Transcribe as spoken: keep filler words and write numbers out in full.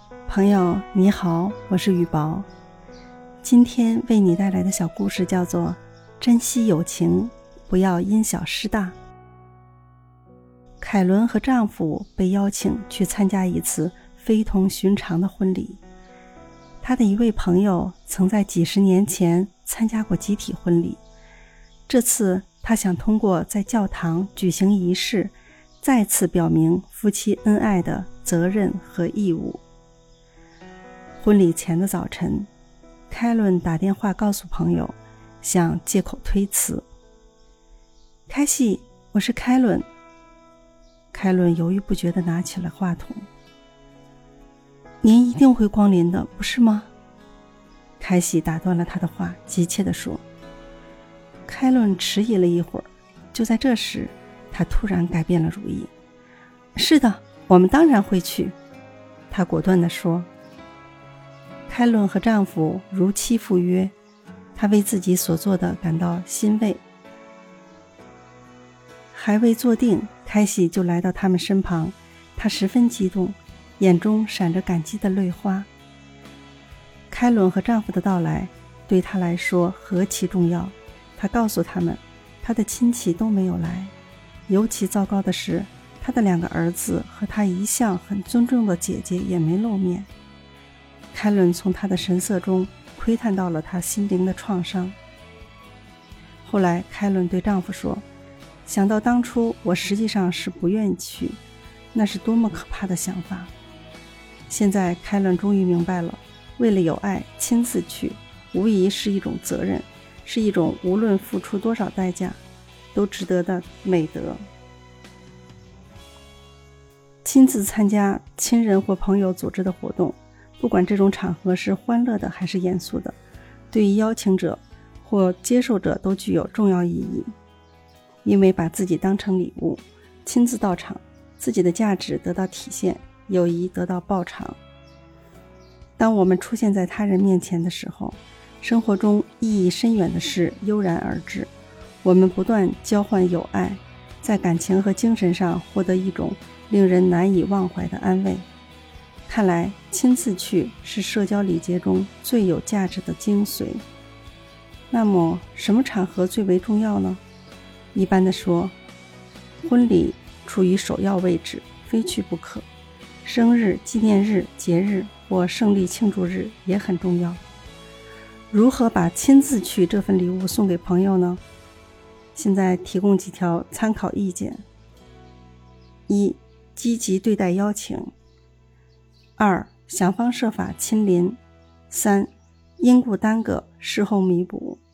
朋友你好，我是雨宝。今天为你带来的小故事叫做珍惜友情，不要因小失大。凯伦和丈夫被邀请去参加一次非同寻常的婚礼。她的一位朋友曾在几十年前参加过集体婚礼，这次他想通过在教堂举行仪式，再次表明夫妻恩爱的责任和义务。婚礼前的早晨，凯伦打电话告诉朋友，想借口推辞。凯西，我是凯伦。凯伦犹豫不决地拿起了话筒。您一定会光临的，不是吗？凯西打断了他的话，急切地说。凯伦迟疑了一会儿，就在这时，他突然改变了主意。是的，我们当然会去，他果断地说。凯伦和丈夫如期赴约，她为自己所做的感到欣慰。还未坐定，凯西就来到他们身旁，她十分激动，眼中闪着感激的泪花。凯伦和丈夫的到来对她来说何其重要，她告诉他们，她的亲戚都没有来，尤其糟糕的是，她的两个儿子和她一向很尊重的姐姐也没露面。凯伦从他的神色中窥探到了他心灵的创伤。后来凯伦对丈夫说，想到当初我实际上是不愿意去，那是多么可怕的想法。现在凯伦终于明白了，为了有爱亲自去无疑是一种责任，是一种无论付出多少代价都值得的美德。亲自参加亲人或朋友组织的活动，不管这种场合是欢乐的还是严肃的，对于邀请者或接受者都具有重要意义。因为把自己当成礼物，亲自到场，自己的价值得到体现，友谊得到报偿。当我们出现在他人面前的时候，生活中意义深远的事悠然而至，我们不断交换友爱，在感情和精神上获得一种令人难以忘怀的安慰。看来亲自去是社交礼节中最有价值的精髓。那么什么场合最为重要呢？一般的说，婚礼处于首要位置，非去不可。生日、纪念日、节日或胜利庆祝日也很重要。如何把亲自去这份礼物送给朋友呢？现在提供几条参考意见。一、积极对待邀请。二、想方设法亲临。三、因故耽搁，事后弥补。